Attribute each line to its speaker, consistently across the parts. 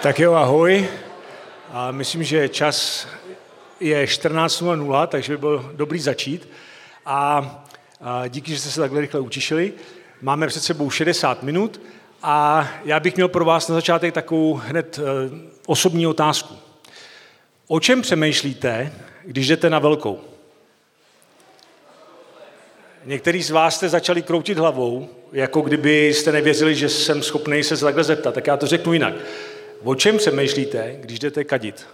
Speaker 1: Tak jo, ahoj. A myslím, že čas je 14:00, takže by bylo dobrý začít. A díky, že jste se takhle rychle utišili. Máme před sebou 60 minut a já bych měl pro vás na začátek takovou hned osobní otázku. O čem přemýšlíte, když jdete na velkou? Někteří z vás jste začali kroutit hlavou, jako kdyby jste nevěřili, že jsem schopný se takhle zeptat. Tak já to řeknu jinak. O čem přemýšlíte, když jdete kadit?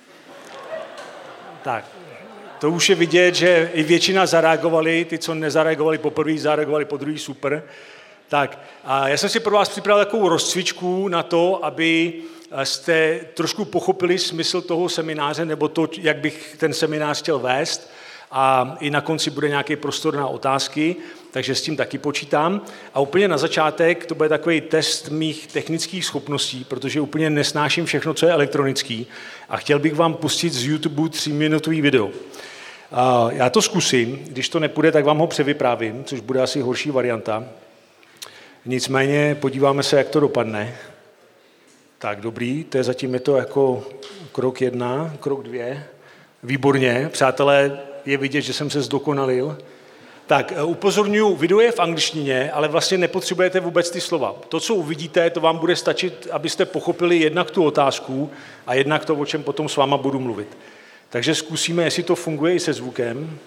Speaker 1: Tak, to už je vidět, že i většina zareagovali, ty, co nezareagovali poprvé, zareagovali po druhý, super. Tak, a já jsem si pro vás připravil takovou rozcvičku na to, aby jste trošku pochopili smysl toho semináře, nebo to, jak bych ten seminář chtěl vést. A i na konci bude nějaký prostor na otázky, takže s tím taky počítám. A úplně na začátek to bude takový test mých technických schopností, protože úplně nesnáším všechno, co je elektronický. A chtěl bych vám pustit z YouTube 3minutový video. Já to zkusím, když to nepůjde, tak vám ho převyprávím, což bude asi horší varianta. Nicméně podíváme se, jak to dopadne. Tak, dobrý, to je zatím je to jako krok 1, krok 2. Výborně, přátelé, je vidět, že jsem se zdokonalil. Tak, upozorňuji, video je v angličtině, ale vlastně nepotřebujete vůbec ty slova. To, co uvidíte, to vám bude stačit, abyste pochopili jednak tu otázku a jednak to, o čem potom s váma budu mluvit. Takže zkusíme, jestli to funguje i se zvukem.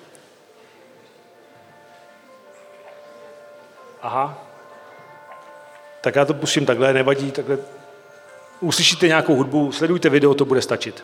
Speaker 1: Aha. Tak já to pustím takhle, nevadí, takhle. Uslyšíte nějakou hudbu, sledujte video, to bude stačit.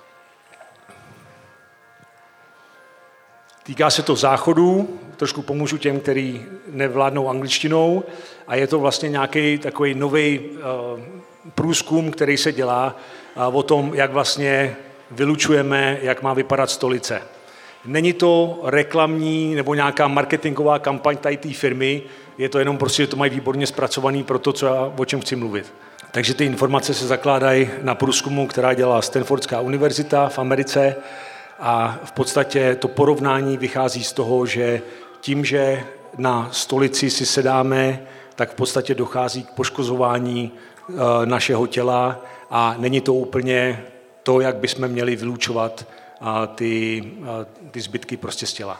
Speaker 1: Týká se to záchodů, trošku pomůžu těm, kteří nevládnou angličtinou a je to vlastně nějaký takový nový průzkum, který se dělá o tom, jak vlastně vylučujeme, jak má vypadat stolice. Není to reklamní nebo nějaká marketingová kampaň tady té firmy, je to jenom prostě, že to mají výborně zpracovaný pro to, o čem chci mluvit. Takže ty informace se zakládají na průzkumu, která dělá Stanfordská univerzita v Americe. A v podstatě to porovnání vychází z toho, že tím, že na stolici si sedáme, tak v podstatě dochází k poškozování našeho těla a není to úplně to, jak bychom měli vylučovat ty zbytky prostě z těla.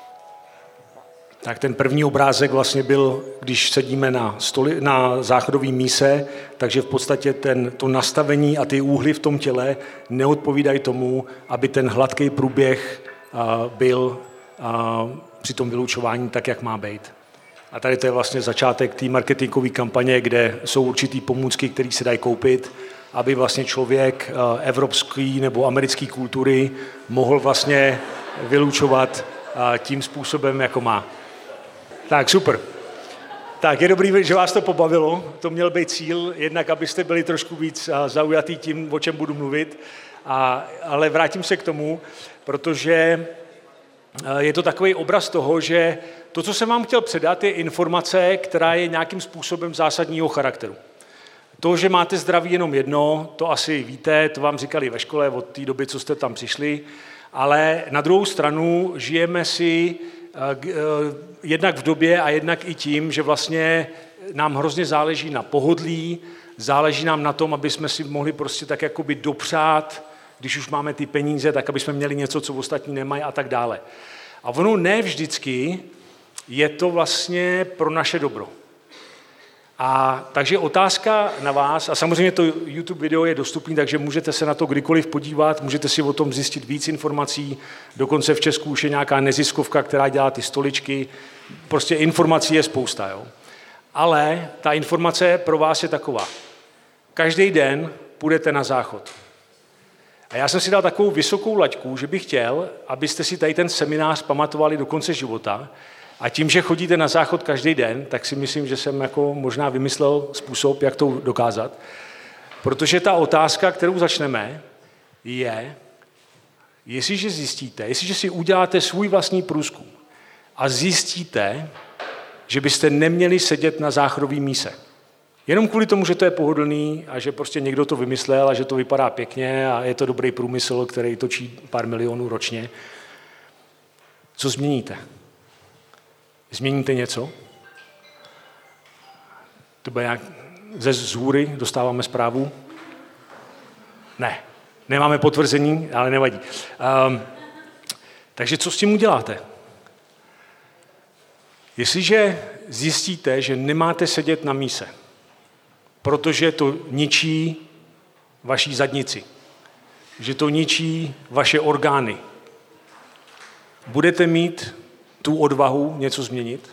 Speaker 1: Tak ten první obrázek vlastně byl, když sedíme na záchodové míse, takže v podstatě to nastavení a ty úhly v tom těle neodpovídají tomu, aby ten hladký průběh byl při tom vylučování tak, jak má být. A tady to je vlastně začátek té marketingové kampaně, kde jsou určitý pomůcky, které se dají koupit, aby vlastně člověk evropský nebo americký kultury mohl vlastně vylučovat tím způsobem, jako má. Tak, super. Tak, je dobrý, že vás to pobavilo. To měl být cíl, jednak abyste byli trošku víc zaujatý tím, o čem budu mluvit. Ale vrátím se k tomu, protože je to takový obraz toho, že to, co jsem vám chtěl předat, je informace, která je nějakým způsobem zásadního charakteru. To, že máte zdraví jenom jedno, to asi víte, to vám říkali ve škole od té doby, co jste tam přišli, ale na druhou stranu žijeme si jednak v době a jednak i tím, že vlastně nám hrozně záleží na pohodlí, záleží nám na tom, aby jsme si mohli prostě tak jakoby dopřát, když už máme ty peníze, tak aby jsme měli něco, co ostatní nemají a tak dále. A ono ne vždycky je to vlastně pro naše dobro. A takže otázka na vás, a samozřejmě to YouTube video je dostupný, takže můžete se na to kdykoliv podívat, můžete si o tom zjistit víc informací, dokonce v Česku už je nějaká neziskovka, která dělá ty stoličky, prostě informací je spousta. Jo? Ale ta informace pro vás je taková. Každý den půjdete na záchod. A já jsem si dal takovou vysokou laťku, že bych chtěl, abyste si tady ten seminář pamatovali do konce života. A tím, že chodíte na záchod každý den, tak si myslím, že jsem jako možná vymyslel způsob, jak to dokázat. Protože ta otázka, kterou začneme, je, jestliže si uděláte svůj vlastní průzkum a zjistíte, že byste neměli sedět na záchodový míse. Jenom kvůli tomu, že to je pohodlný a že prostě někdo to vymyslel a že to vypadá pěkně a je to dobrý průmysl, který točí pár milionů ročně. Co změníte? Změníte něco? To bude nějak ze zhůry dostáváme zprávu. Ne, nemáme potvrzení, ale nevadí. Takže co s tím uděláte? Jestliže zjistíte, že nemáte sedět na míse, protože to ničí vaší zadnici, že to ničí vaše orgány, budete mít tu odvahu něco změnit?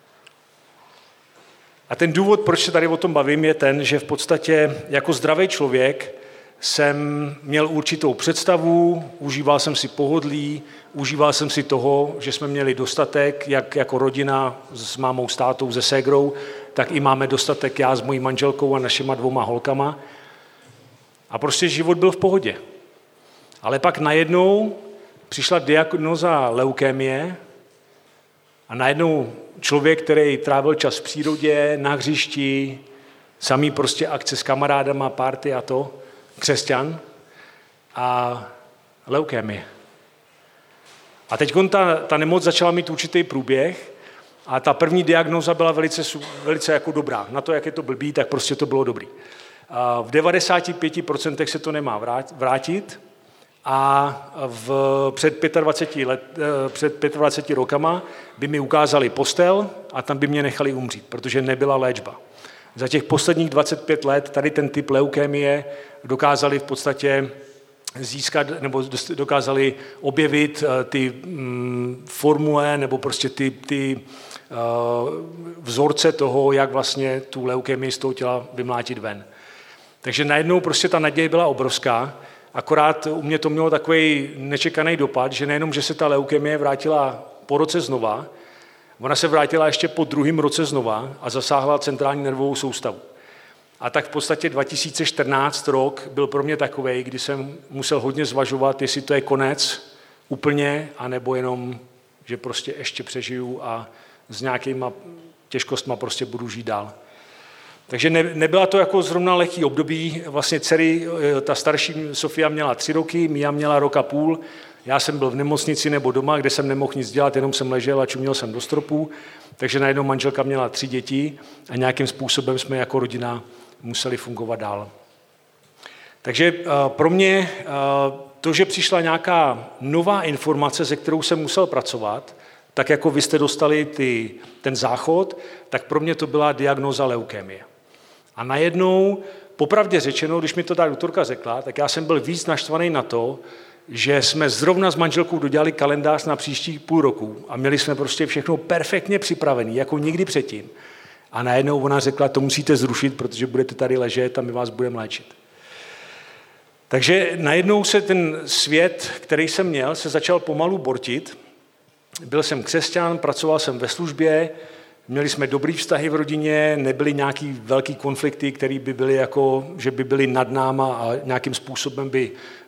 Speaker 1: A ten důvod, proč se tady o tom bavím, je ten, že v podstatě jako zdravý člověk jsem měl určitou představu, užíval jsem si pohodlí, užíval jsem si toho, že jsme měli dostatek, jak jako rodina s mámou, s tátou, se ségrou, tak i máme dostatek já s mojí manželkou a našima 2 holkama. A prostě život byl v pohodě. Ale pak najednou přišla diagnóza leukémie a najednou člověk, který trávil čas v přírodě, na hřišti, samý prostě akce s kamarádama, party a to, křesťan a leukémie. A teď ta nemoc začala mít určitý průběh a ta první diagnóza byla velice jako dobrá. Na to, jak je to blbý, tak prostě to bylo dobrý. A v 95% se to nemá vrátit a před 25 rokama by mi ukázali postel a tam by mě nechali umřít, protože nebyla léčba. Za těch posledních 25 let tady ten typ leukémie dokázali v podstatě získat, nebo dokázali objevit ty formule, nebo prostě ty vzorce toho, jak vlastně tu leukémii z toho těla vymlátit ven. Takže najednou prostě ta naděje byla obrovská, akorát u mě to mělo takový nečekaný dopad, že nejenom, že se ta leukémie vrátila po roce znova, ona se vrátila ještě po 2. roce znova a zasáhla centrální nervovou soustavu. A tak v podstatě 2014 rok byl pro mě takovej, kdy jsem musel hodně zvažovat, jestli to je konec úplně, anebo jenom, že prostě ještě přežiju a s nějakýma těžkostma prostě budu žít dál. Takže nebyla to jako zrovna lehký období. Vlastně dcery, ta starší Sofia měla 3 roky, Mia měla 1,5 roku. Já jsem byl v nemocnici nebo doma, kde jsem nemohl nic dělat, jenom jsem ležel a čuměl jsem do stropu. Takže najednou manželka měla 3 děti a nějakým způsobem jsme jako rodina museli fungovat dál. Takže pro mě to, že přišla nějaká nová informace, se kterou jsem musel pracovat, tak jako vy jste dostali ten záchod, tak pro mě to byla diagnóza leukémie. A najednou, popravdě řečeno, když mi to ta doktorka řekla, tak já jsem byl víc naštvaný na to, že jsme zrovna s manželkou dodělali kalendář na příští půl roku a měli jsme prostě všechno perfektně připravené, jako nikdy předtím. A najednou ona řekla, to musíte zrušit, protože budete tady ležet a my vás budeme léčit. Takže najednou se ten svět, který jsem měl, se začal pomalu bortit. Byl jsem křesťan, pracoval jsem ve službě, měli jsme dobrý vztahy v rodině, nebyly nějaký velký konflikty, které by byly jako, že by byly nad náma a nějakým způsobem by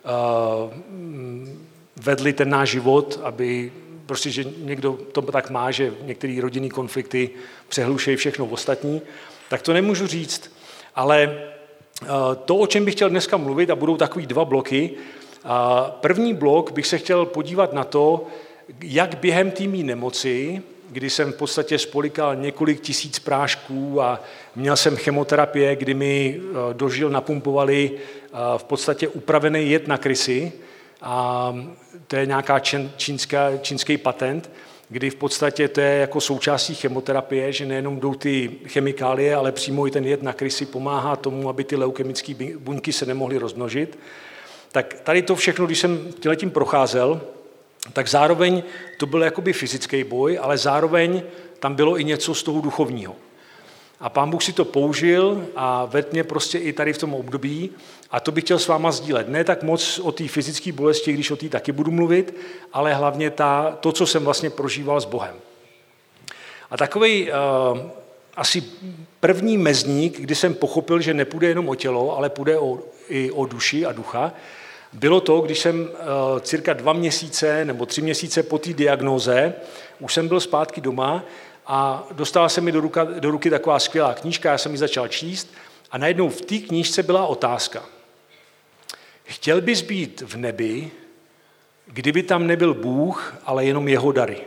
Speaker 1: vedli ten náš život, aby prostě, že někdo to tak má, že některé rodinné konflikty přehlušejí všechno ostatní, tak to nemůžu říct. Ale to, o čem bych chtěl dneska mluvit, a budou takový 2 bloky. První blok bych se chtěl podívat na to, jak během té mý nemoci, kdy jsem v podstatě spolikal několik tisíc prášků a měl jsem chemoterapie, kdy mi do žil napumpovali v podstatě upravený jed na krysy, a to je nějaká čínský patent, kdy v podstatě to je jako součástí chemoterapie, že nejenom jdou ty chemikálie, ale přímo i ten jed na krysy pomáhá tomu, aby ty leukemické buňky se nemohly rozmnožit. Tak tady to všechno, když jsem tím procházel, tak zároveň to byl jakoby fyzický boj, ale zároveň tam bylo i něco z toho duchovního. A Pán Bůh si to použil a vedl mě prostě i tady v tom období a to bych chtěl s váma sdílet. Ne tak moc o té fyzické bolesti, když o té taky budu mluvit, ale hlavně to, co jsem vlastně prožíval s Bohem. A takovej asi první mezník, kdy jsem pochopil, že nepůjde jenom o tělo, ale půjde i o duši a ducha, bylo to, když jsem cirka 2 měsíce nebo 3 měsíce po té diagnóze, už jsem byl zpátky doma a dostala se mi do ruky taková skvělá knížka, já jsem ji začal číst a najednou v té knížce byla otázka. Chtěl bys být v nebi, kdyby tam nebyl Bůh, ale jenom jeho dary?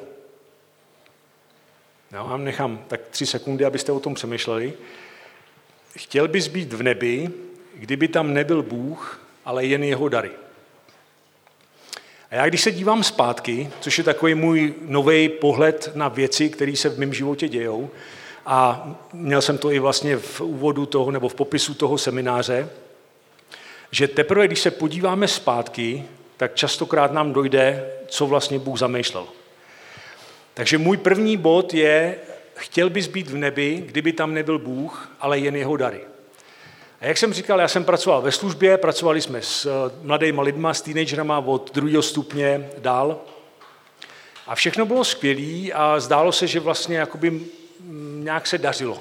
Speaker 1: No, a nechám tak 3 sekundy, abyste o tom přemýšleli. Chtěl bys být v nebi, kdyby tam nebyl Bůh, ale jen jeho dary. A já když se dívám zpátky, což je takový můj nový pohled na věci, které se v mém životě dějou, a měl jsem to i vlastně v úvodu toho, nebo v popisu toho semináře, že teprve, když se podíváme zpátky, tak častokrát nám dojde, co vlastně Bůh zamýšlel. Takže můj první bod je, chtěl bys být v nebi, kdyby tam nebyl Bůh, ale jen jeho dary. A jak jsem říkal, já jsem pracoval ve službě, pracovali jsme s mladýma lidma, s teenagerama od 2. stupně dál. A všechno bylo skvělé a zdálo se, že vlastně jakoby nějak se dařilo.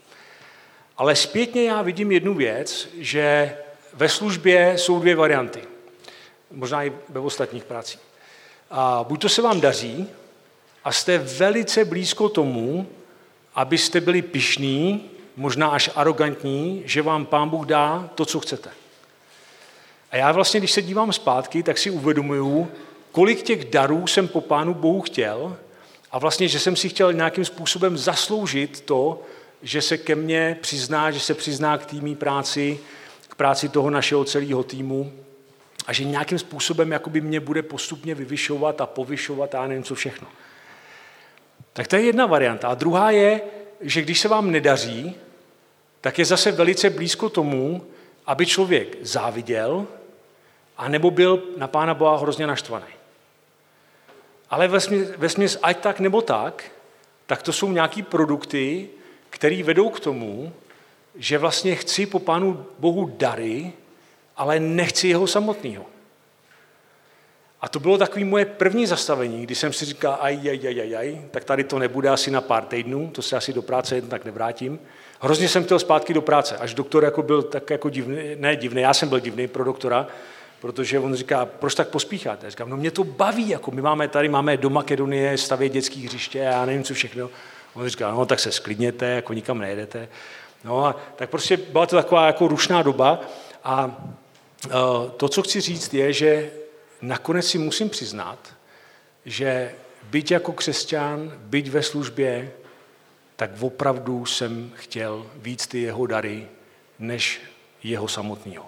Speaker 1: Ale zpětně já vidím jednu věc, že ve službě jsou 2 varianty. Možná i ve ostatních pracích. A buď to se vám daří a jste velice blízko tomu, abyste byli pyšní, možná až arrogantní, že vám Pán Bůh dá to, co chcete. A já vlastně, když se dívám zpátky, tak si uvědomuju, kolik těch darů jsem po Pánu Bohu chtěl a vlastně, že jsem si chtěl nějakým způsobem zasloužit to, že se ke mně přizná, že se přizná k týmí práci, k práci toho našeho celého týmu a že nějakým způsobem jakoby mě bude postupně vyvyšovat a povyšovat a já nevím co všechno. Tak to je jedna varianta. A druhá je, že když se vám nedaří, tak je zase velice blízko tomu, aby člověk záviděl anebo byl na Pána Boha hrozně naštvaný. Ale vesměs ať tak nebo tak to jsou nějaký produkty, které vedou k tomu, že vlastně chci po Pánu Bohu dary, ale nechci jeho samotného. A to bylo takové moje první zastavení, kdy jsem si říkal, tak tady to nebude asi na pár týdnů, to se asi do práce jen tak nevrátím. Hrozně jsem chtěl zpátky do práce, až doktor jako byl tak jako divný, ne divný, já jsem byl divný pro doktora, protože on říká, proč tak pospícháte? Já říkám, no mě to baví, jako my máme do Makedonie stavět dětské hřiště a já nevím, co všechno. On říká, no tak se sklidněte, jako nikam nejedete. No a tak prostě byla to taková jako rušná doba a to, co chci říct, je, že nakonec si musím přiznat, že byť jako křesťan, byť ve službě, tak opravdu jsem chtěl víc ty jeho dary, než jeho samotného.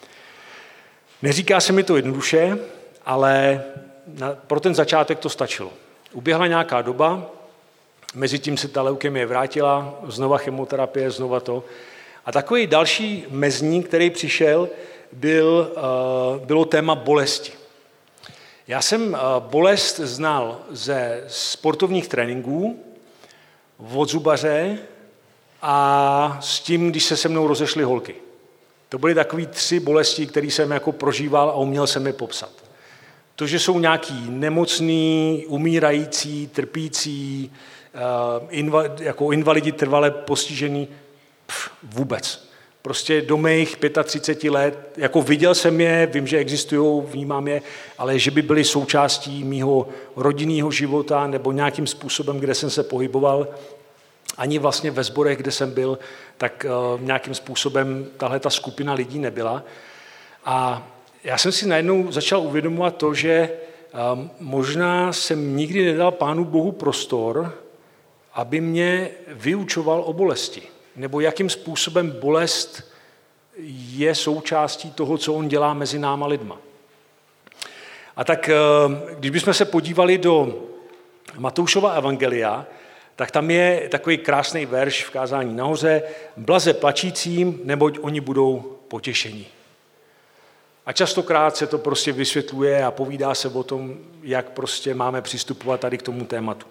Speaker 1: Neříká se mi to jednoduše, ale pro ten začátek to stačilo. Uběhla nějaká doba, mezi tím se ta leukemie vrátila, znova chemoterapie, znova to. A takový další mezník, který přišel, bylo téma bolesti. Já jsem bolest znal ze sportovních tréninků, od zubaře a s tím, když se mnou rozešly holky. To byly takové 3 bolesti, které jsem jako prožíval a uměl jsem je popsat. To, že jsou nějaký nemocný, umírající, trpící, jako invalidi trvale postižený, vůbec. Prostě do mých 35 let, jako viděl jsem je, vím, že existují, vnímám je, ale že by byly součástí mýho rodinného života nebo nějakým způsobem, kde jsem se pohyboval, ani vlastně ve sborech, kde jsem byl, tak nějakým způsobem tahle ta skupina lidí nebyla. A já jsem si najednou začal uvědomovat to, že možná jsem nikdy nedal Pánu Bohu prostor, aby mě vyučoval o bolesti. Nebo jakým způsobem bolest je součástí toho, co on dělá mezi náma lidma. A tak, když bychom se podívali do Matoušova evangelia, tak tam je takový krásný verš v kázání nahoře, blaze plačícím, neboť oni budou potěšení. A častokrát se to prostě vysvětluje a povídá se o tom, jak prostě máme přistupovat tady k tomu tématu.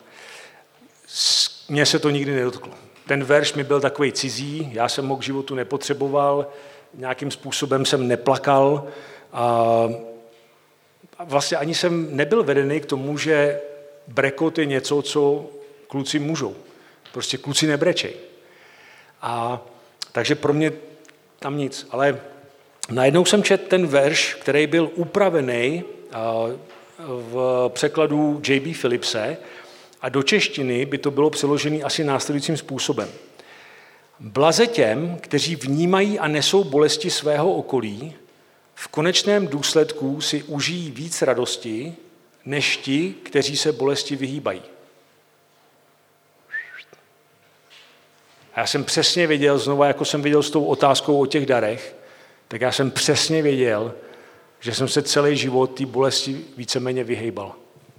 Speaker 1: Mně se to nikdy nedotklo. Ten verš mi byl takový cizí, já jsem ho k životu nepotřeboval, nějakým způsobem jsem neplakal a vlastně ani jsem nebyl vedený k tomu, že brekot je něco, co kluci můžou. Prostě kluci nebrečej. A takže pro mě tam nic. Ale najednou jsem četl ten verš, který byl upravený v překladu J.B. Philipse a do češtiny by to bylo přeložené asi následujícím způsobem. Blaze těm, kteří vnímají a nesou bolesti svého okolí, v konečném důsledku si užijí víc radosti, než ti, kteří se bolesti vyhýbají. A já jsem přesně věděl, znova jako jsem viděl s tou otázkou o těch darech, tak já jsem přesně věděl, že jsem se celý život té bolesti víceméně vyhejbal.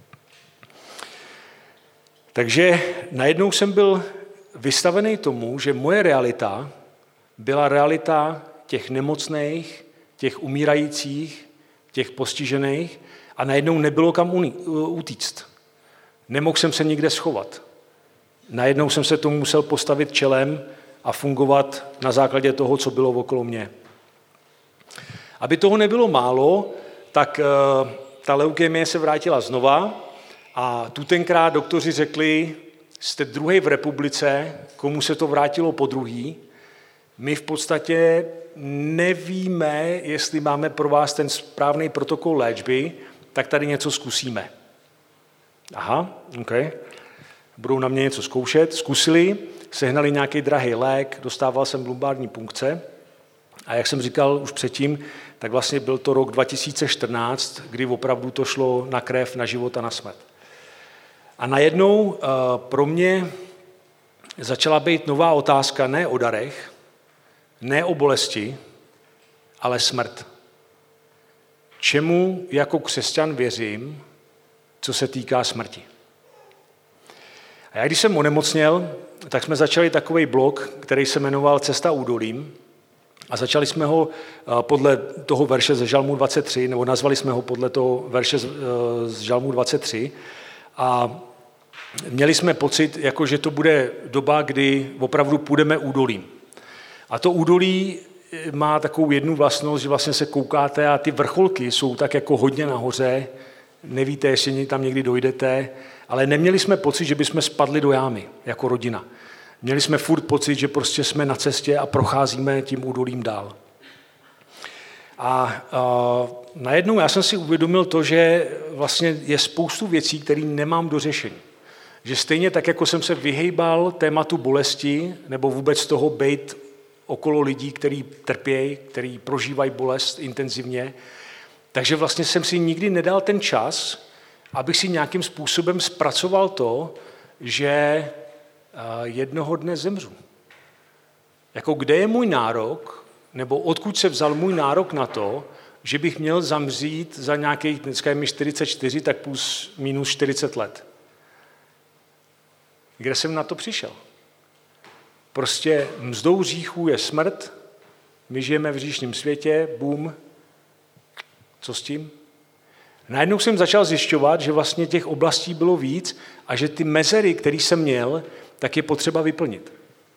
Speaker 1: Takže najednou jsem byl vystavený tomu, že moje realita byla realita těch nemocných, těch umírajících, těch postižených a najednou nebylo kam utíct. Nemohl jsem se nikde schovat. Najednou jsem se tomu musel postavit čelem a fungovat na základě toho, co bylo okolo mě. Aby toho nebylo málo, tak ta leukémie se vrátila znova a tu tenkrát doktoři řekli, jste druhý v republice, komu se to vrátilo po druhý. My v podstatě nevíme, jestli máme pro vás ten správný protokol léčby, tak tady něco zkusíme. Aha, OK. Budou na mě něco zkoušet. Zkusili, sehnali nějaký drahý lék, dostával jsem lumbární punkce a jak jsem říkal už předtím, tak vlastně byl to rok 2014, kdy opravdu to šlo na krev, na život a na smrt. A najednou pro mě začala být nová otázka ne o darech, ne o bolesti, ale smrt. Čemu jako křesťan věřím, co se týká smrti? A já když jsem onemocněl, tak jsme začali takový blog, který se jmenoval Cesta údolím a začali jsme ho podle toho verše ze Žalmu 23, nebo nazvali jsme ho podle toho verše z Žalmu 23 a měli jsme pocit, jako že to bude doba, kdy opravdu půjdeme údolím. A to údolí má takovou jednu vlastnost, že vlastně se koukáte a ty vrcholky jsou tak jako hodně nahoře, nevíte, jestli tam někdy dojdete, ale neměli jsme pocit, že bychom spadli do jámy jako rodina. Měli jsme furt pocit, že prostě jsme na cestě a procházíme tím údolím dál. A najednou já jsem si uvědomil to, že vlastně je spoustu věcí, které nemám do řešení. Že stejně tak, jako jsem se vyhejbal tématu bolesti, nebo vůbec toho bejt okolo lidí, kteří trpějí, kteří prožívají bolest intenzivně, takže vlastně jsem si nikdy nedal ten čas, abych si nějakým způsobem zpracoval to, že jednoho dne zemřu. Jako kde je můj nárok, nebo odkud se vzal můj nárok na to, že bych měl zamřít za nějakých, dneska je mi 44, tak plus minus 40 let. Kde jsem na to přišel? Prostě mzdou hříchů je smrt, my žijeme v hříšním světě, bum, co s tím? Najednou jsem začal zjišťovat, že vlastně těch oblastí bylo víc a že ty mezery, které jsem měl, tak je potřeba vyplnit.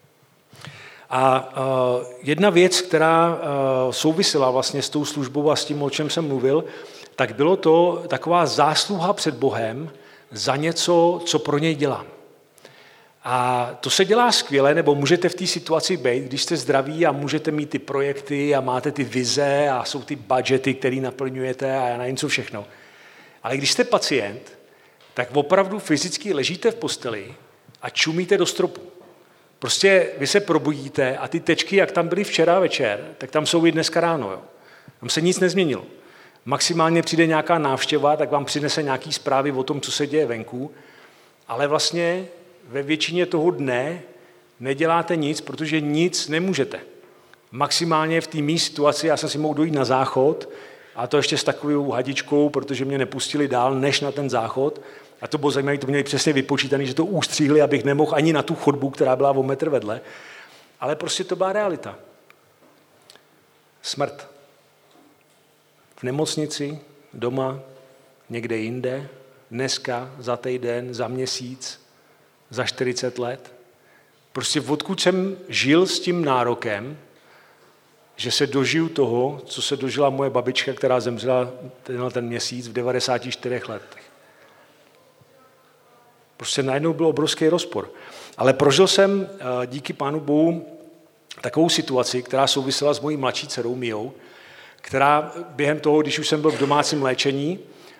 Speaker 1: A jedna věc, která souvisela vlastně s tou službou a s tím, o čem jsem mluvil, tak bylo to taková zásluha před Bohem za něco, co pro něj dělám. A to se dělá skvěle, nebo můžete v té situaci být, když jste zdraví a můžete mít ty projekty a máte ty vize a jsou ty budgety, které naplňujete a já nevím co všechno. Ale když jste pacient, tak opravdu fyzicky ležíte v posteli a čumíte do stropu. Prostě vy se probudíte a ty tečky, jak tam byly včera večer, tak tam jsou i dneska ráno. Jo. Tam se nic nezměnilo. Maximálně přijde nějaká návštěva, tak vám přinese nějaký zprávy o tom, co se děje venku, ale vlastně ve většině toho dne neděláte nic, protože nic nemůžete. Maximálně v té mý situaci, já jsem si mohl dojít na záchod, a to ještě s takovou hadičkou, protože mě nepustili dál než na ten záchod. A to bylo zajímavé, to měli přesně vypočítané, že to ustříhli, abych nemohl ani na tu chodbu, která byla o metr vedle. Ale prostě to byla realita. Smrt. V nemocnici, doma, někde jinde, dneska, za týden, za měsíc, za 40 let. Prostě odkud jsem žil s tím nárokem, že se dožiju toho, co se dožila moje babička, která zemřela ten měsíc v 94 letech. Prostě najednou byl obrovský rozpor. Ale prožil jsem díky Pánu Bohu takovou situaci, která souvisela s mojí mladší dcerou Mijou, která během toho, když už jsem byl v domácím léčení,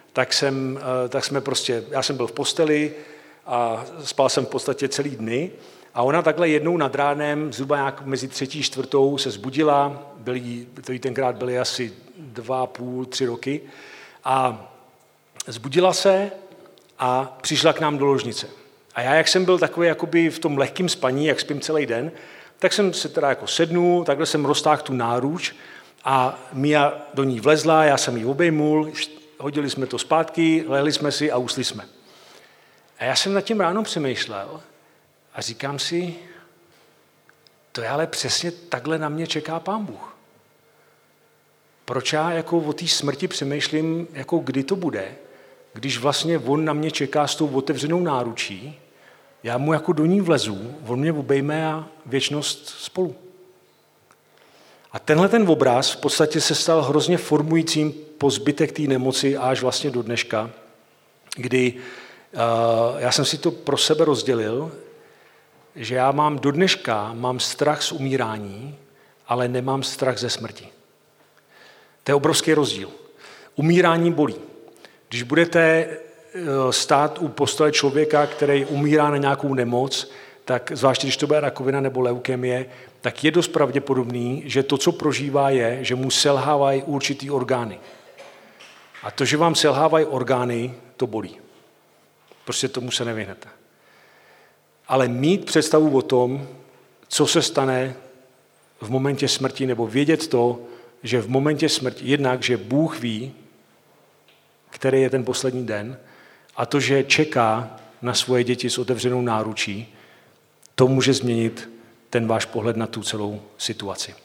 Speaker 1: já jsem byl v posteli a spal jsem v podstatě celý dny. A ona takhle jednou nad ránem, zhruba nějak mezi 3. a 4. se zbudila, tenkrát byly asi 2,5, 3 roky, a zbudila se a přišla k nám do ložnice. A já, jak jsem byl takový jakoby v tom lehkém spaní, jak spím celý den, tak jsem se teda jako sednul, takhle jsem roztáhl tu náruč A Mia do ní vlezla, já jsem ji obejmul, hodili jsme to zpátky, lehli jsme si a usli jsme. A já jsem nad tím ráno přemýšlel a říkám si, to je ale přesně takhle na mě čeká Pán Bůh. Proč já jako o té smrti přemýšlím, jako kdy to bude, když vlastně on na mě čeká s tou otevřenou náručí, já mu jako do ní vlezu, on mě obejme a věčnost spolu. A tenhle ten obraz v podstatě se stal hrozně formujícím po zbytek té nemoci až vlastně do dneška, kdy já jsem si to pro sebe rozdělil, že já mám do dneška mám strach z umírání, ale nemám strach ze smrti. To je obrovský rozdíl. Umírání bolí. Když budete stát u postele člověka, který umírá na nějakou nemoc, tak zvláště když to bude rakovina nebo leukemie, tak je dost pravděpodobný, že to, co prožívá, je, že mu selhávají určitý orgány. A to, že vám selhávají orgány, to bolí. Prostě tomu se nevyhnete. Ale mít představu o tom, co se stane v momentě smrti, nebo vědět to, že v momentě smrti, jednak, že Bůh ví, který je ten poslední den, a to, že čeká na svoje děti s otevřenou náručí, to může změnit ten váš pohled na tu celou situaci.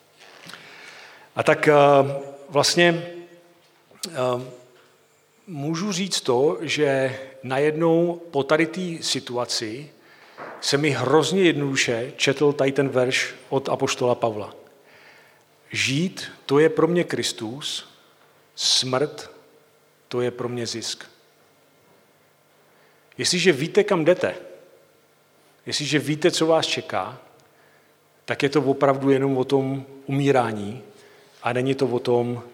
Speaker 1: A tak vlastně můžu říct to, že najednou po tady té situaci se mi hrozně jednoduše četl tady ten verš od apoštola Pavla. Žít, to je pro mě Kristus, smrt, to je pro mě zisk. Jestliže víte, kam jdete, jestliže víte, co vás čeká, tak je to opravdu jenom o tom umírání a není to o tom,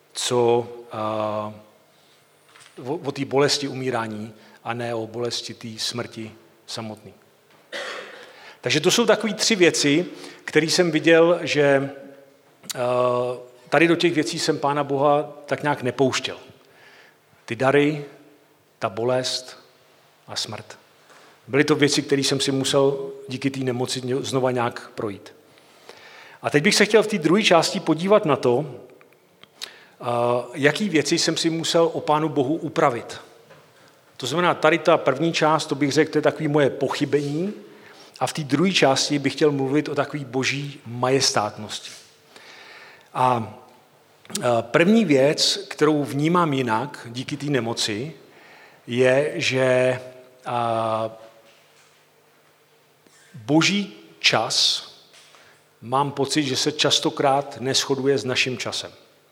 Speaker 1: o té bolesti umírání a ne o bolesti té smrti samotné. Takže to jsou takové 3 věci, které jsem viděl, že tady do těch věcí jsem Pána Boha tak nějak nepouštěl. Ty dary, ta bolest a smrt. Byly to věci, které jsem si musel díky té nemoci znova nějak projít. A teď bych se chtěl v té druhé části podívat na to, jaký věci jsem si musel o Pánu Bohu upravit. To znamená, tady ta první část, to bych řekl, to je takové moje pochybení, a v té druhé části bych chtěl mluvit o takové boží majestátnosti. A první věc, kterou vnímám jinak díky té nemoci, je, že boží čas, mám pocit, že se častokrát neshoduje s naším časem.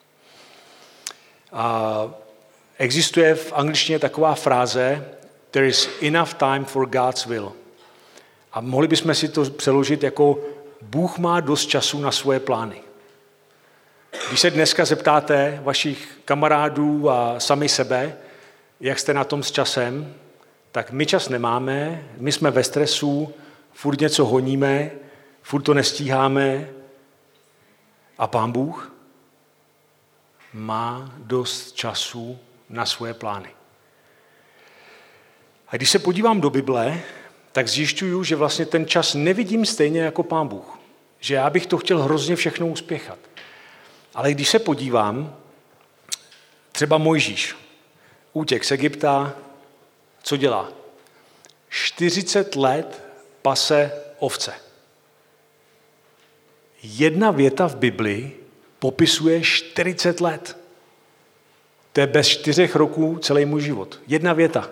Speaker 1: Existuje v angličtině taková fráze there is enough time for God's will. A mohli bychom si to přeložit jako Bůh má dost času na svoje plány. Když se dneska zeptáte vašich kamarádů a sami sebe, jak jste na tom s časem, tak my čas nemáme, my jsme ve stresu, furt něco honíme, furt to nestíháme a Pán Bůh má dost času na svoje plány. A když se podívám do Bible, tak zjišťuju, že vlastně ten čas nevidím stejně jako Pán Bůh. Že já bych to chtěl hrozně všechno uspěchat. Ale když se podívám, třeba Mojžíš, útěk z Egypta, co dělá? 40 let pase ovce. Jedna věta v Bibli popisuje 40 let. To je bez 4 roků celý můj život. Jedna věta.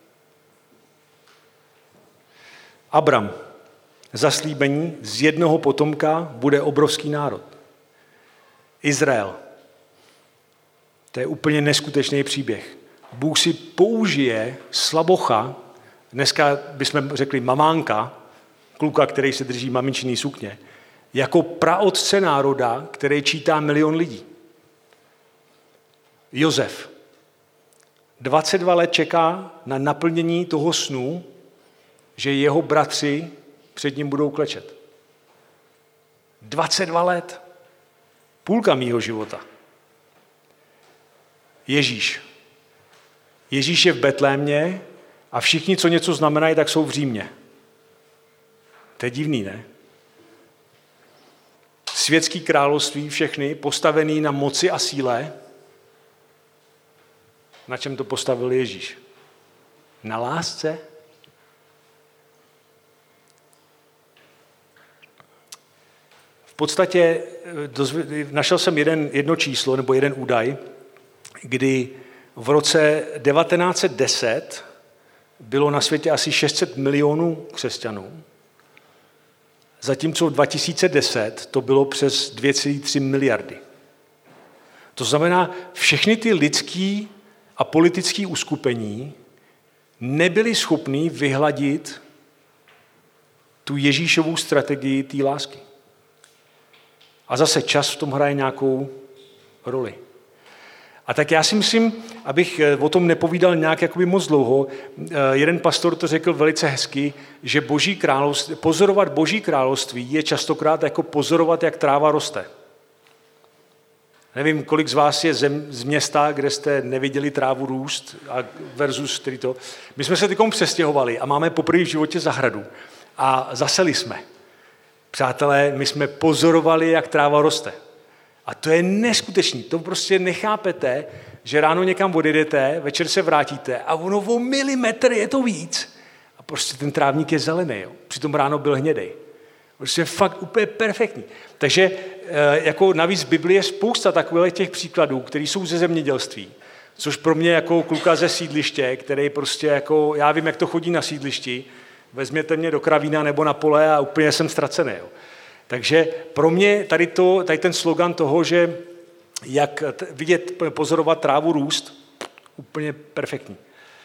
Speaker 1: Abram, zaslíbení, z jednoho potomka bude obrovský národ. Izrael. To je úplně neskutečný příběh. Bůh si použije slabocha, dneska bychom řekli mamánka, kluka, který se drží mamičný sukně, jako praotce národa, který čítá 1 000 000 lidí. Josef. 22 let čeká na naplnění toho snu, že jeho bratři před ním budou klečet. 22 let. Půlka mýho života. Ježíš. Ježíš je v Betlémě a všichni, co něco znamenají, tak jsou v Římě. To je divný, ne? světský království, všechny, postavený na moci a síle. Na čem to postavil Ježíš? Na lásce? V podstatě našel jsem jedno číslo nebo jeden údaj, kdy v roce 1910 bylo na světě asi 600 milionů křesťanů, zatímco v 2010 to bylo přes 2,3 miliardy. To znamená, všechny ty lidský a politické uskupení nebyly schopný vyhladit tu Ježíšovu strategii té lásky. A zase čas v tom hraje nějakou roli. A tak já si myslím, abych o tom nepovídal nějak jakoby moc dlouho, jeden pastor to řekl velice hezky, že pozorovat Boží království je častokrát jako pozorovat, jak tráva roste. Nevím, kolik z vás je z města, kde jste neviděli trávu růst a versus který to. My jsme se tykom přestěhovali a máme poprvé v životě zahradu a zaseli jsme. Přátelé, my jsme pozorovali, jak tráva roste. A to je neskutečný. To prostě nechápete, že ráno někam odjedete, večer se vrátíte a ono o milimetr je to víc. A prostě ten trávník je zelený. Jo. Přitom ráno byl hnědej. Prostě fakt úplně perfektní. Takže jako navíc v Biblii je spousta takových těch příkladů, které jsou ze zemědělství. Což pro mě jako kluka ze sídliště, který prostě jako, já vím, jak to chodí na sídlišti, vezměte mě do kravína nebo na pole a úplně jsem ztracený. Jo. Takže pro mě tady ten slogan toho, že jak vidět, pozorovat trávu růst, úplně perfektní.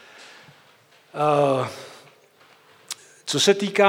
Speaker 1: Co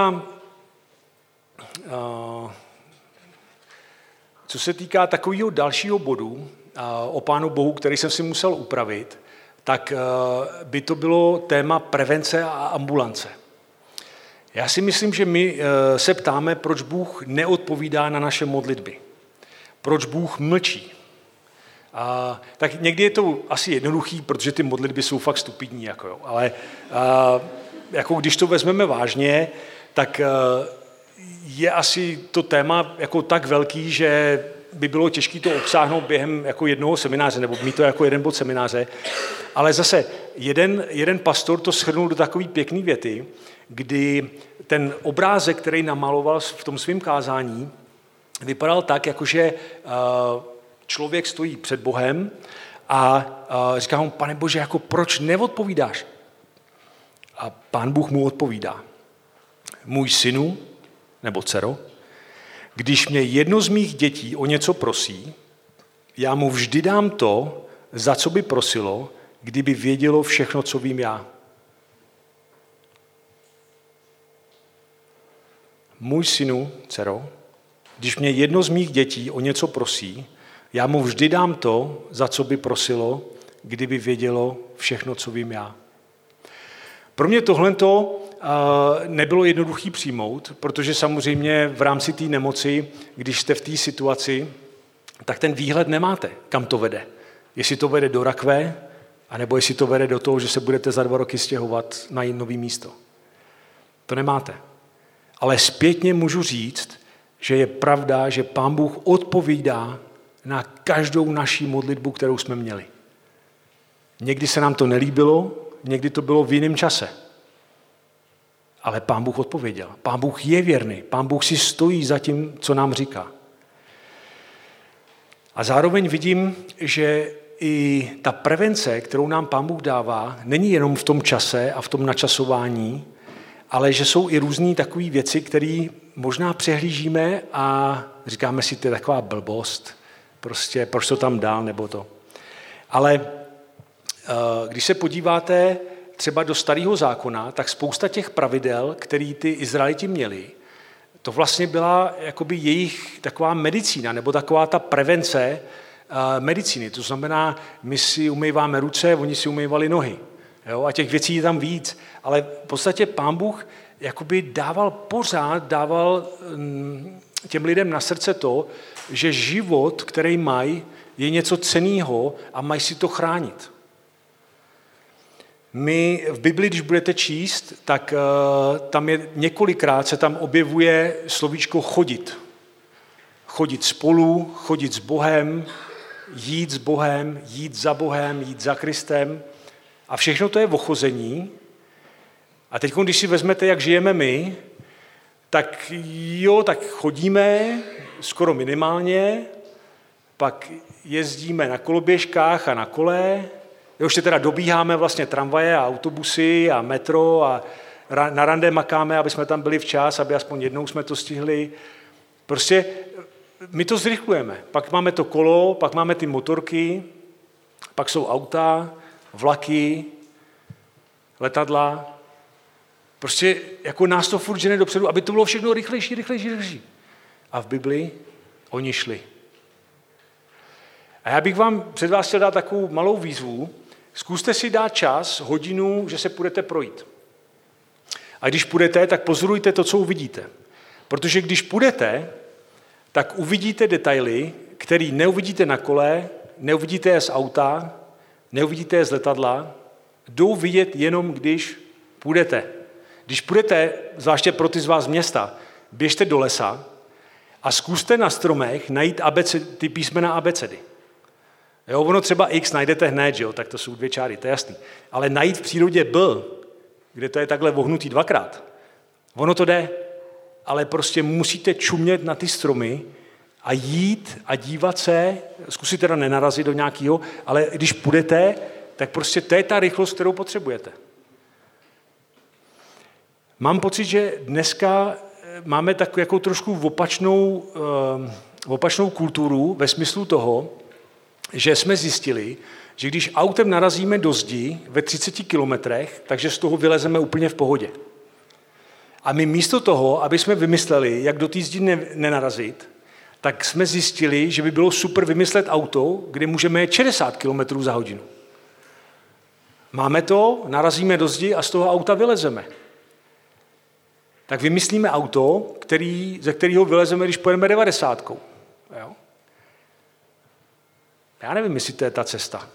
Speaker 1: se týká takového dalšího bodu o Pánu Bohu, který jsem si musel upravit, tak by to bylo téma prevence a ambulance. Já si myslím, že my se ptáme, proč Bůh neodpovídá na naše modlitby. Proč Bůh mlčí. Tak někdy je to asi jednoduchý, protože ty modlitby jsou fakt stupidní. Ale jako když to vezmeme vážně, tak je asi to téma jako tak velký, že by bylo těžké to obsáhnout během jako jednoho semináře, nebo mít to jako jeden bod semináře. Ale zase jeden pastor to shrnul do takové pěkné věty, kdy ten obrázek, který namaloval v tom svém kázání, vypadal tak, jakože člověk stojí před Bohem a říká mu, Pane Bože, jako proč neodpovídáš? A Pán Bůh mu odpovídá. Můj synu, nebo dcero, když mě jedno z mých dětí o něco prosí, já mu vždy dám to, za co by prosilo, kdyby vědělo všechno, co vím já. Můj synu, dcero, když mě jedno z mých dětí o něco prosí, já mu vždy dám to, za co by prosilo, kdyby vědělo všechno, co vím já. Pro mě tohleto nebylo jednoduchý přijmout, protože samozřejmě v rámci té nemoci, když jste v té situaci, tak ten výhled nemáte, kam to vede. Jestli to vede do rakve, anebo jestli to vede do toho, že se budete za 2 roky stěhovat na jiné místo. To nemáte. Ale zpětně můžu říct, že je pravda, že Pán Bůh odpovídá na každou naší modlitbu, kterou jsme měli. Někdy se nám to nelíbilo, někdy to bylo v jiném čase. Ale Pán Bůh odpověděl. Pán Bůh je věrný. Pán Bůh si stojí za tím, co nám říká. A zároveň vidím, že i ta prevence, kterou nám Pán Bůh dává, není jenom v tom čase a v tom načasování, ale že jsou i různé takové věci, které možná přehlížíme a říkáme si, to je taková blbost, prostě proč to tam dál, nebo to. Ale když se podíváte třeba do Starého zákona, tak spousta těch pravidel, které ty Izraeliti měli, to vlastně byla jakoby jejich taková medicína, nebo taková ta prevence medicíny. To znamená, my si umýváme ruce, oni si umývali nohy. Jo? A těch věcí je tam víc. Ale v podstatě Pán Bůh jakoby dával těm lidem na srdce to, že život, který mají, je něco cenného a mají si to chránit. My v Bibli, když budete číst, tak tam je několikrát se tam objevuje slovíčko chodit. chodit spolu, chodit s Bohem, jít za Bohem, jít za Kristem. A všechno to je ochození. A teď, když si vezmete, jak žijeme my, tak chodíme skoro minimálně, pak jezdíme na koloběžkách a na kole, ještě teda dobíháme vlastně tramvaje a autobusy a metro a na rande makáme, aby jsme tam byli včas, aby aspoň jednou jsme to stihli. Prostě my to zrychlujeme. Pak máme to kolo, pak máme ty motorky, pak jsou auta, vlaky, letadla. Prostě jako nás to furt žene dopředu, aby to bylo všechno rychlejší. A v Biblii oni šli. A já bych vám před vás chtěl dát takovou malou výzvu. Zkuste si dát čas, hodinu, že se půjdete projít. A když půjdete, tak pozorujte to, co uvidíte. Protože když půjdete, tak uvidíte detaily, které neuvidíte na kole, neuvidíte je z auta, neuvidíte je z letadla, jdou vidět jenom, když půjdete. Když půjdete, zvláště pro ty z vás z města, běžte do lesa a zkuste na stromech najít ty písmena abecedy. Jo, ono třeba X najdete hned, že jo, tak to jsou 2 čáry, to je jasný. Ale najít v přírodě B, kde to je takhle vohnutý 2krát, ono to jde, ale prostě musíte čumět na ty stromy a jít a dívat se, zkusit teda nenarazit do nějakého, ale když půjdete, tak prostě to je ta rychlost, kterou potřebujete. Mám pocit, že dneska máme takovou jako trošku opačnou kulturu ve smyslu toho, že jsme zjistili, že když autem narazíme do zdi ve 30 kilometrech, takže z toho vylezeme úplně v pohodě. A my místo toho, aby jsme vymysleli, jak do té zdi nenarazit, tak jsme zjistili, že by bylo super vymyslet auto, kde můžeme jet 60 km za hodinu. Máme to, narazíme do zdi a z toho auta vylezeme. Tak vymyslíme auto, ze kterého vylezeme, když pojedeme 90. Jo? Já nevím, jestli to je ta cesta.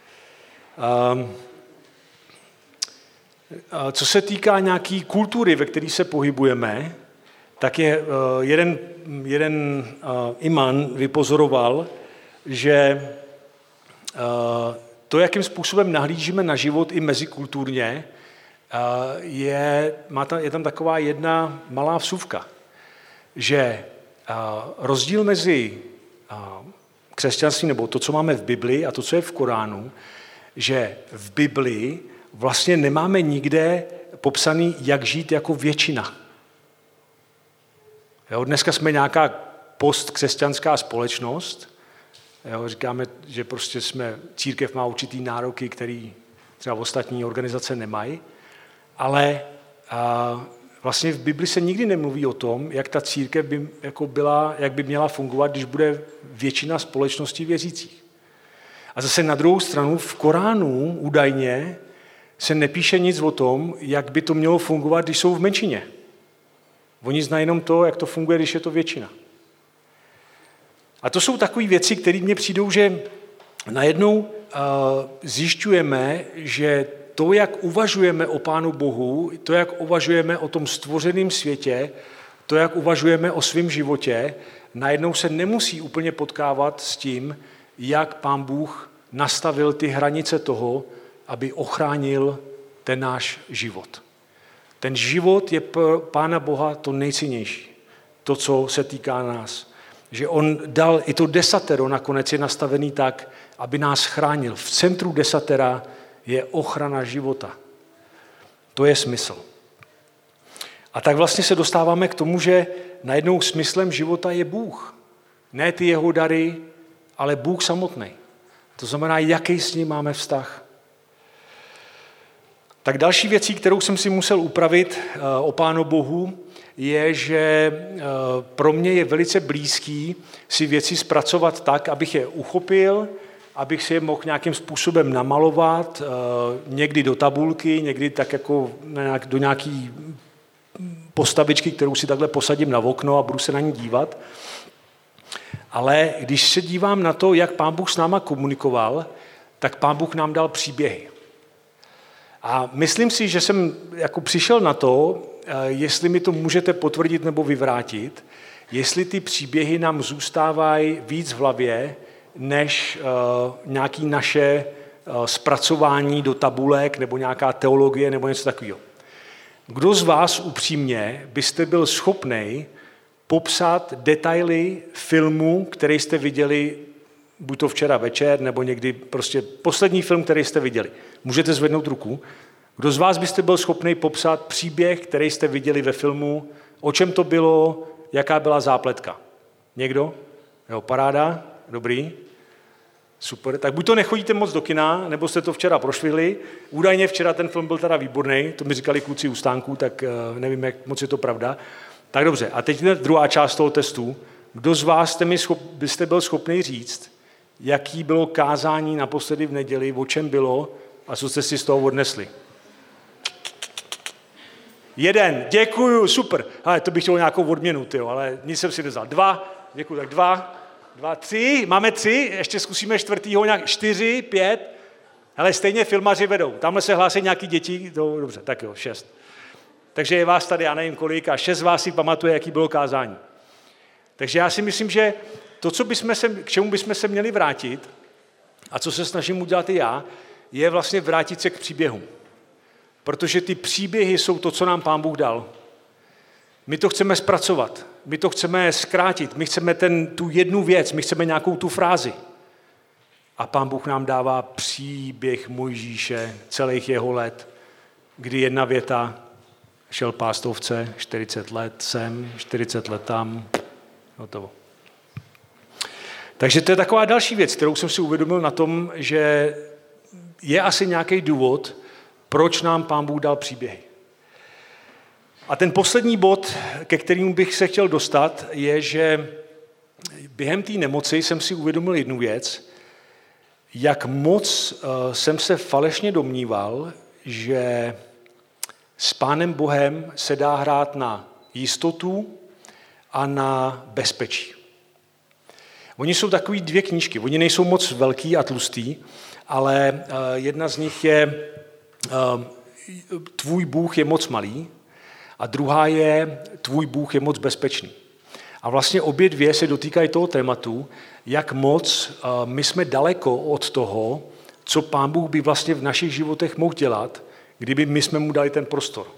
Speaker 1: Co se týká nějaké kultury, ve které se pohybujeme, tak je jeden imán vypozoroval, že to, jakým způsobem nahlížíme na život i mezikulturně, je tam taková jedna malá vsuvka, že rozdíl mezi křesťanstvím, nebo to, co máme v Biblii a to, co je v Koránu, že v Biblii vlastně nemáme nikde popsaný, jak žít jako většina. Jo, dneska jsme nějaká postkřesťanská společnost. Jo, říkáme, že prostě církev má určitý nároky, který třeba ostatní organizace nemají, ale vlastně v Bibli se nikdy nemluví o tom, jak ta církev jak by měla fungovat, když bude většina společností věřících. A zase na druhou stranu v Koránu údajně se nepíše nic o tom, jak by to mělo fungovat, když jsou v menšině. Oni znají jenom to, jak to funguje, když je to většina. A to jsou takové věci, které mně přijdou, že najednou zjišťujeme, že to, jak uvažujeme o Pánu Bohu, to, jak uvažujeme o tom stvořeném světě, to, jak uvažujeme o svém životě, najednou se nemusí úplně potkávat s tím, jak Pán Bůh nastavil ty hranice toho, aby ochránil ten náš život. Ten život je pro Pána Boha to nejcennější, to, co se týká nás. Že on dal i to desatero, nakonec je nastavený tak, aby nás chránil. V centru desatera je ochrana života. To je smysl. A tak vlastně se dostáváme k tomu, že najednou smyslem života je Bůh. Ne ty jeho dary, ale Bůh samotný. To znamená, jaký s ním máme vztah. Tak další věcí, kterou jsem si musel upravit o Pánu Bohu, je, že pro mě je velice blízký si věci zpracovat tak, abych je uchopil, abych si je mohl nějakým způsobem namalovat, někdy do tabulky, někdy tak jako do nějaký postavičky, kterou si takhle posadím na okno a budu se na ní dívat. Ale když se dívám na to, jak Pán Bůh s náma komunikoval, tak Pán Bůh nám dal příběhy. A myslím si, že jsem jako přišel na to, jestli mi to můžete potvrdit nebo vyvrátit, jestli ty příběhy nám zůstávají víc v hlavě, než nějaké naše zpracování do tabulek nebo nějaká teologie nebo něco takového. Kdo z vás upřímně byste byl schopný popsat detaily filmu, který jste viděli buď to včera večer, nebo někdy prostě poslední film, který jste viděli? Můžete zvednout ruku. Kdo z vás byste byl schopný popsat příběh, který jste viděli ve filmu, o čem to bylo, jaká byla zápletka? Někdo? Jo, paráda, dobrý, super. Tak buď to nechodíte moc do kina, nebo jste to včera prošvihli. Údajně včera ten film byl teda výborný, to mi říkali kluci u stánku, tak nevím, jak moc je to pravda. Tak dobře, a teď druhá část toho testu. Kdo z vás byste byl schopný říct, jaký bylo kázání naposledy v neděli, o čem bylo a co jste si z toho odnesli? Jeden, děkuju, super. Ale to bych chtěl nějakou odměnu, tyjo, ale nic jsem si nezal. 2, děkuju, tak 2, 3, máme 3, ještě zkusíme 4. nějak, 4, 5, ale stejně filmaři vedou. Tamhle se hlásí nějaký děti, dobře, tak jo, 6. Takže je vás tady, já nevím kolik, a 6 z vás si pamatuje, jaký bylo kázání. Takže já si myslím, že to, k čemu bychom se měli vrátit, a co se snažím udělat i já, je vlastně vrátit se k příběhům. Protože ty příběhy jsou to, co nám Pán Bůh dal. My to chceme zpracovat, my to chceme zkrátit, my chceme tu jednu věc, my chceme nějakou tu frázi. A Pán Bůh nám dává příběh Mojžíše, celých jeho let, kdy jedna věta, šel pást ovce, 40 let sem, 40 let tam, hotovo. Takže to je taková další věc, kterou jsem si uvědomil na tom, že je asi nějaký důvod, proč nám Pán Bůh dal příběhy. A ten poslední bod, ke kterému bych se chtěl dostat, je, že během té nemoci jsem si uvědomil jednu věc, jak moc jsem se falešně domníval, že s Pánem Bohem se dá hrát na jistotu a na bezpečí. Oni jsou takový 2 knížky, oni nejsou moc velký a tlustý, ale jedna z nich je Tvůj Bůh je moc malý a druhá je Tvůj Bůh je moc bezpečný. A vlastně obě dvě se dotýkají toho tématu, jak moc my jsme daleko od toho, co Pán Bůh by vlastně v našich životech mohl dělat, kdyby my jsme mu dali ten prostor.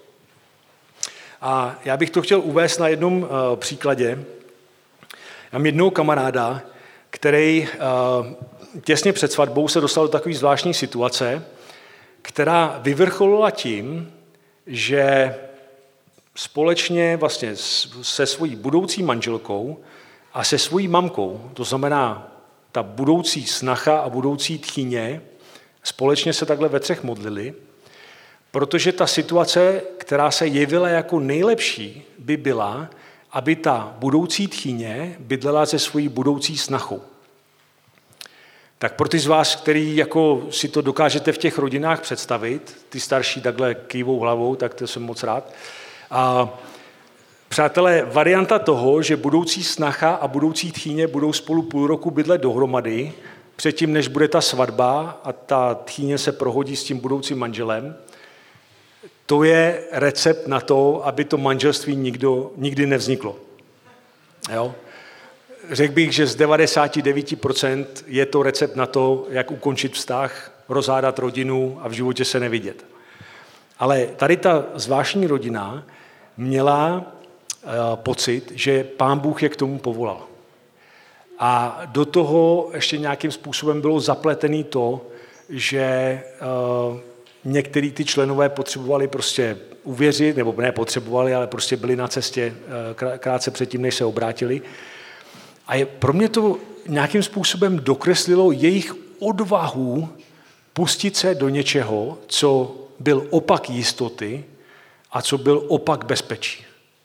Speaker 1: A já bych to chtěl uvést na jednom příkladě. Já mám jednoho kamaráda, který těsně před svatbou se dostal do takové zvláštní situace, která vyvrcholila tím, že společně vlastně se svojí budoucí manželkou a se svojí mamkou, to znamená ta budoucí snacha a budoucí tchýně, společně se takhle ve 3 modlili, protože ta situace, která se jevila jako nejlepší, by byla, aby ta budoucí tchýně bydlela se svojí budoucí snachou. Tak pro ty z vás, který jako si to dokážete v těch rodinách představit, ty starší takhle kývou hlavou, tak to jsem moc rád. A přátelé, varianta toho, že budoucí snacha a budoucí tchýně budou spolu půl roku bydlet dohromady, předtím, než bude ta svatba a ta tchýně se prohodí s tím budoucím manželem, to je recept na to, aby to manželství nikdy nevzniklo. Jo? Řekl bych, že z 99% je to recept na to, jak ukončit vztah, rozhádat rodinu a v životě se nevidět. Ale tady ta zvláštní rodina měla pocit, že Pán Bůh je k tomu povolal. A do toho ještě nějakým způsobem bylo zapletený to, že některý ty členové potřebovali prostě uvěřit, nebo ne potřebovali, ale prostě byli na cestě krátce předtím, než se obrátili. A pro mě to nějakým způsobem dokreslilo jejich odvahu pustit se do něčeho, co byl opak jistoty a co byl opak bezpečí.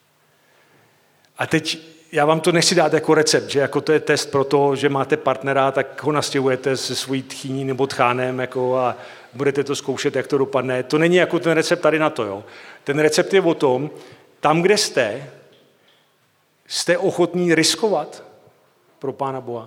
Speaker 1: A teď já vám to nechci dát jako recept, že jako to je test pro to, že máte partnera, tak ho nastěhujete se svojí tchýní nebo tchánem jako a budete to zkoušet, jak to dopadne. To není jako ten recept tady na to. Jo. Ten recept je o tom, tam, kde jste ochotní riskovat pro Pána Boha.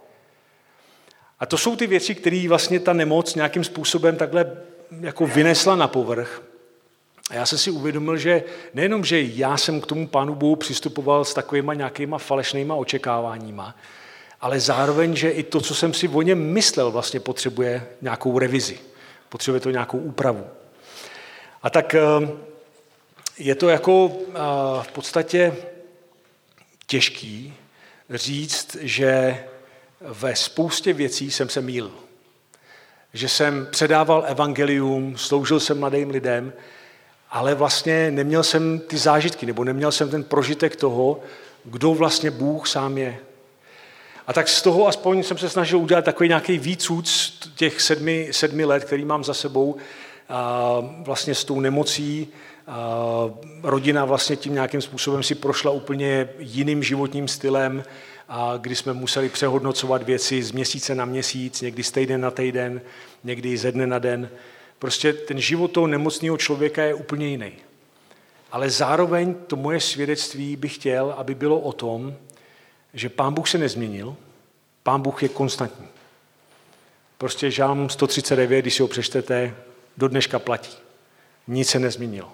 Speaker 1: A to jsou ty věci, které vlastně ta nemoc nějakým způsobem takhle jako vynesla na povrch. A já jsem si uvědomil, že nejenom, že já jsem k tomu Pánu Bohu přistupoval s takovýma nějakýma falešnýma očekáváníma, ale zároveň, že i to, co jsem si o něm myslel, vlastně potřebuje nějakou revizi. Potřebuje to nějakou úpravu. A tak je to jako v podstatě těžký říct, že ve spoustě věcí jsem se mýlil. Že jsem předával evangelium, sloužil jsem mladým lidem, ale vlastně neměl jsem ty zážitky, nebo neměl jsem ten prožitek toho, kdo vlastně Bůh sám je. A tak z toho aspoň jsem se snažil udělat takový nějaký výcuc těch 7 let, který mám za sebou, vlastně s tou nemocí. Rodina vlastně tím nějakým způsobem si prošla úplně jiným životním stylem, kdy jsme museli přehodnocovat věci z měsíce na měsíc, někdy z týden na týden, někdy ze dne na den. Prostě ten život toho nemocného člověka je úplně jiný. Ale zároveň to moje svědectví bych chtěl, aby bylo o tom, že Pán Bůh se nezměnil, Pán Bůh je konstantní. Prostě Žálm 139, když si ho přečtete, do dneška platí. Nic se nezměnilo.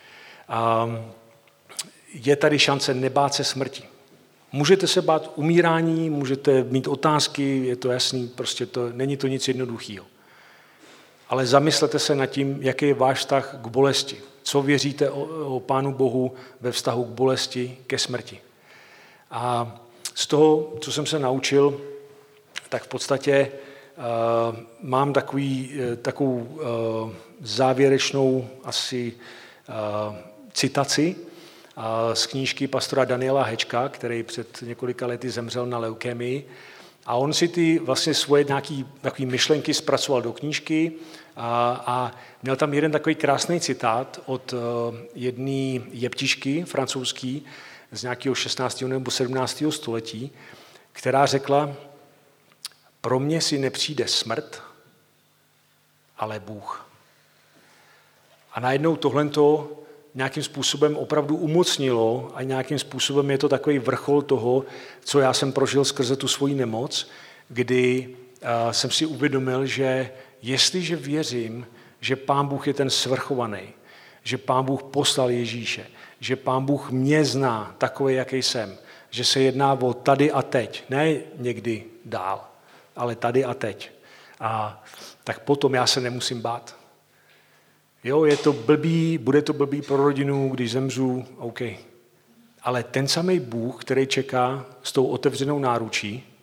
Speaker 1: Je tady šance nebát se smrti. Můžete se bát umírání, můžete mít otázky, je to jasný, prostě není to nic jednoduchého. Ale zamyslete se nad tím, jaký je váš vztah k bolesti. Co věříte o Pánu Bohu ve vztahu k bolesti, ke smrti. A z toho, co jsem se naučil, tak v podstatě mám takovou závěrečnou asi citaci z knížky pastora Daniela Hečka, který před několika lety zemřel na leukémii. A on si ty vlastně svoje nějaké myšlenky zpracoval do knížky a měl tam jeden takový krásný citát od jedné jeptišky francouzský z nějakého 16. nebo 17. století, která řekla: pro mě si nepřijde smrt, ale Bůh. A najednou tohleto nějakým způsobem opravdu umocnilo a nějakým způsobem je to takový vrchol toho, co já jsem prožil skrze tu svoji nemoc, kdy jsem si uvědomil, že jestliže věřím, že Pán Bůh je ten svrchovaný, že Pán Bůh poslal Ježíše, že Pán Bůh mě zná takový, jaký jsem, že se jedná o tady a teď, ne někdy dál, ale tady a teď. Tak potom já se nemusím bát. Jo, je to blbý, bude to blbý pro rodinu, když zemřu, OK. Ale ten samý Bůh, který čeká s tou otevřenou náručí,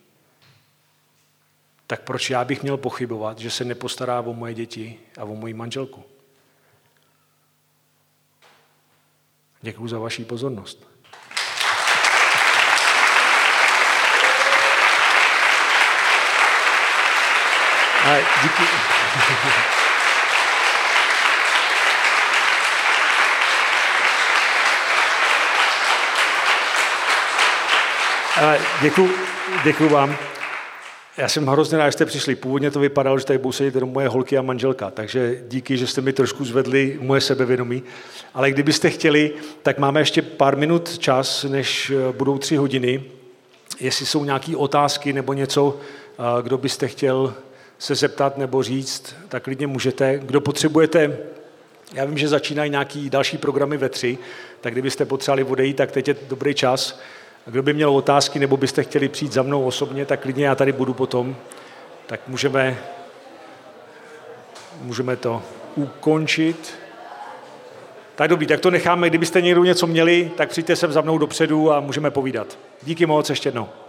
Speaker 1: tak proč já bych měl pochybovat, že se nepostará o moje děti a o moji manželku? Děkuji za vaši pozornost. Díky. Děkuji vám. Já jsem hrozně rád, že jste přišli. Původně to vypadalo, že tady budou sedět jenom moje holky a manželka, takže díky, že jste mi trošku zvedli moje sebevědomí. Ale kdybyste chtěli, tak máme ještě pár minut čas, než budou 3 hodiny. Jestli jsou nějaké otázky nebo něco, kdo byste chtěl se zeptat nebo říct, tak klidně můžete. Kdo potřebujete, já vím, že začínají nějaký další programy ve 3, tak kdybyste potřebovali odejít, tak teď je dobrý čas. Kdo by měl otázky, nebo byste chtěli přijít za mnou osobně, tak klidně já tady budu potom. Tak můžeme to ukončit. Tak dobrý, tak to necháme. Kdybyste někdo něco měli, tak přijďte sem za mnou dopředu a můžeme povídat. Díky moc ještě jednou.